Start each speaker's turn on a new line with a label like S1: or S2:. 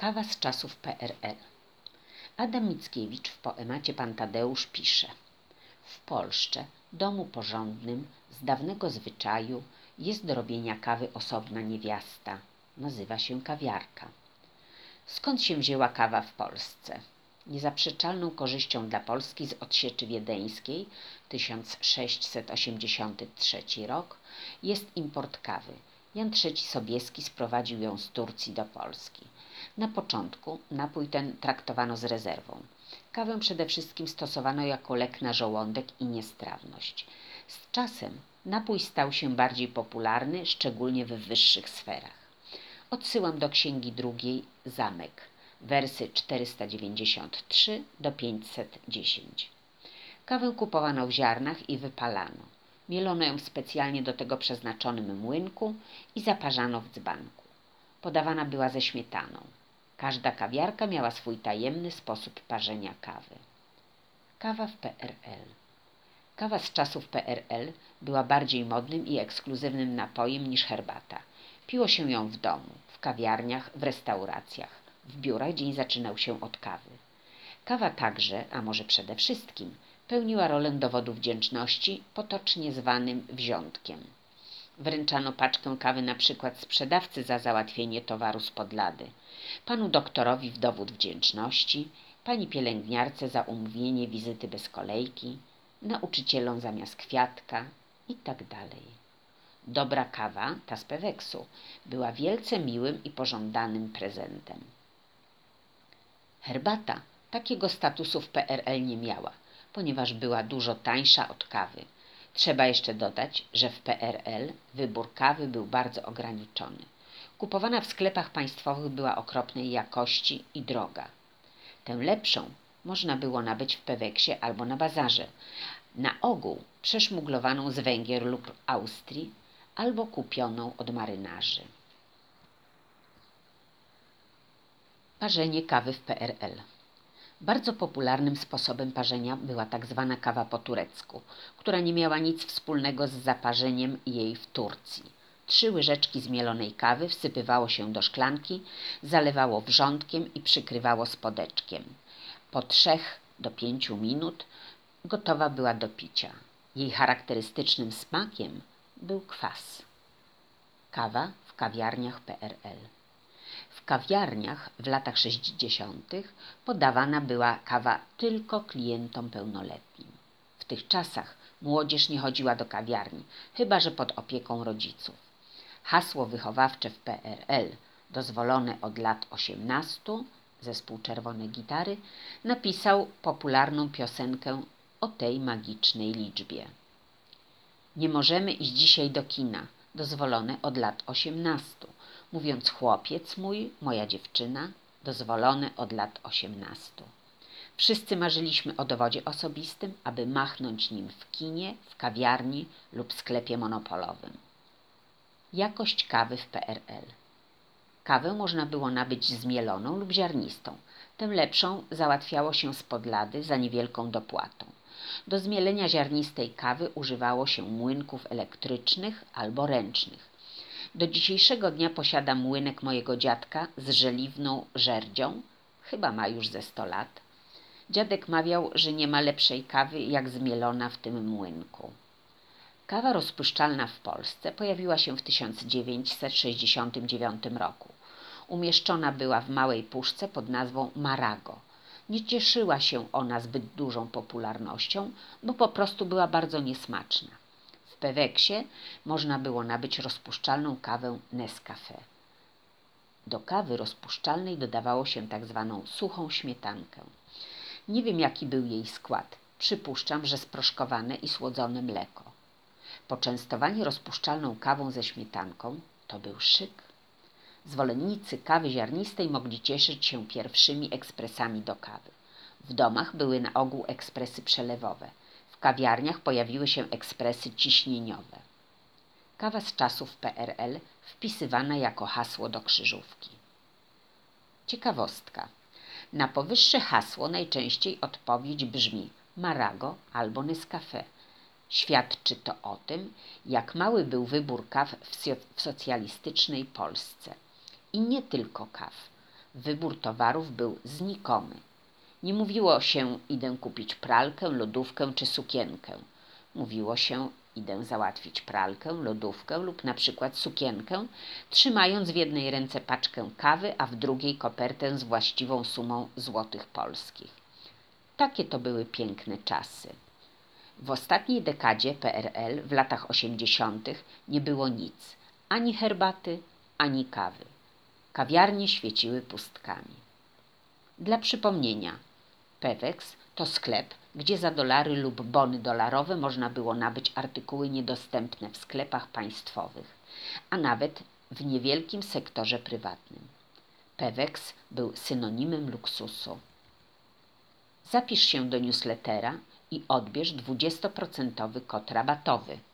S1: Kawa z czasów PRL. Adam Mickiewicz w poemacie Pan Tadeusz pisze: w Polsce, domu porządnym, z dawnego zwyczaju, jest do robienia kawy osobna niewiasta. Nazywa się kawiarka. Skąd się wzięła kawa w Polsce? Niezaprzeczalną korzyścią dla Polski z odsieczy wiedeńskiej 1683 rok jest import kawy. Jan III Sobieski sprowadził ją z Turcji do Polski. Na początku napój ten traktowano z rezerwą. Kawę przede wszystkim stosowano jako lek na żołądek i niestrawność. Z czasem napój stał się bardziej popularny, szczególnie w wyższych sferach. Odsyłam do księgi drugiej Zamek, wersy 493 do 510. Kawę kupowano w ziarnach i wypalano. Mielono ją w specjalnie do tego przeznaczonym młynku i zaparzano w dzbanku. Podawana była ze śmietaną. Każda kawiarka miała swój tajemny sposób parzenia kawy. Kawa w PRL. Kawa z czasów PRL była bardziej modnym i ekskluzywnym napojem niż herbata. Piło się ją w domu, w kawiarniach, w restauracjach. W biurach dzień zaczynał się od kawy. Kawa także, a może przede wszystkim, pełniła rolę dowodu wdzięczności, potocznie zwanym wziątkiem. Wręczano paczkę kawy na przykład sprzedawcy za załatwienie towaru spod lady, panu doktorowi w dowód wdzięczności, pani pielęgniarce za umówienie wizyty bez kolejki, nauczycielom zamiast kwiatka itd. Dobra kawa, ta z Peweksu, była wielce miłym i pożądanym prezentem. Herbata takiego statusu w PRL nie miała, ponieważ była dużo tańsza od kawy. Trzeba jeszcze dodać, że w PRL wybór kawy był bardzo ograniczony. Kupowana w sklepach państwowych była okropnej jakości i droga. Tę lepszą można było nabyć w Peweksie albo na bazarze, na ogół przeszmuglowaną z Węgier lub Austrii, albo kupioną od marynarzy. Parzenie kawy w PRL. Bardzo popularnym sposobem parzenia była tak zwana kawa po turecku, która nie miała nic wspólnego z zaparzeniem jej w Turcji. 3 łyżeczki zmielonej kawy wsypywało się do szklanki, zalewało wrzątkiem i przykrywało spodeczkiem. Po 3 do 5 minut gotowa była do picia. Jej charakterystycznym smakiem był kwas. Kawa w kawiarniach PRL. W kawiarniach w latach 60. podawana była kawa tylko klientom pełnoletnim. W tych czasach młodzież nie chodziła do kawiarni, chyba że pod opieką rodziców. Hasło wychowawcze w PRL, dozwolone od lat 18, zespół Czerwone Gitary, napisał popularną piosenkę o tej magicznej liczbie. Nie możemy iść dzisiaj do kina, dozwolone od lat 18. Mówiąc chłopiec mój, moja dziewczyna, dozwolone od lat 18. Wszyscy marzyliśmy o dowodzie osobistym, aby machnąć nim w kinie, w kawiarni lub sklepie monopolowym. Jakość kawy w PRL. Kawę można było nabyć zmieloną lub ziarnistą. Tę lepszą załatwiało się spod lady za niewielką dopłatą. Do zmielenia ziarnistej kawy używało się młynków elektrycznych albo ręcznych. Do dzisiejszego dnia posiadam młynek mojego dziadka z żeliwną żerdzią, chyba ma już ze 100 lat. Dziadek mawiał, że nie ma lepszej kawy jak zmielona w tym młynku. Kawa rozpuszczalna w Polsce pojawiła się w 1969 roku. Umieszczona była w małej puszce pod nazwą Marago. Nie cieszyła się ona zbyt dużą popularnością, bo po prostu była bardzo niesmaczna. W Peweksie można było nabyć rozpuszczalną kawę Nescafé. Do kawy rozpuszczalnej dodawało się tak zwaną suchą śmietankę. Nie wiem, jaki był jej skład. Przypuszczam, że sproszkowane i słodzone mleko. Poczęstowanie rozpuszczalną kawą ze śmietanką to był szyk. Zwolennicy kawy ziarnistej mogli cieszyć się pierwszymi ekspresami do kawy. W domach były na ogół ekspresy przelewowe. W kawiarniach pojawiły się ekspresy ciśnieniowe. Kawa z czasów PRL wpisywana jako hasło do krzyżówki. Ciekawostka. Na powyższe hasło najczęściej odpowiedź brzmi Marago albo Nescafé. Świadczy to o tym, jak mały był wybór kaw w socjalistycznej Polsce. I nie tylko kaw. Wybór towarów był znikomy. Nie mówiło się: idę kupić pralkę, lodówkę czy sukienkę. Mówiło się: idę załatwić pralkę, lodówkę lub na przykład sukienkę, trzymając w jednej ręce paczkę kawy, a w drugiej kopertę z właściwą sumą złotych polskich. Takie to były piękne czasy. W ostatniej dekadzie PRL, w latach 80., nie było nic. Ani herbaty, ani kawy. Kawiarnie świeciły pustkami. Dla przypomnienia, Pewex to sklep, gdzie za dolary lub bony dolarowe można było nabyć artykuły niedostępne w sklepach państwowych, a nawet w niewielkim sektorze prywatnym. Pewex był synonimem luksusu. Zapisz się do newslettera i odbierz 20% kod rabatowy.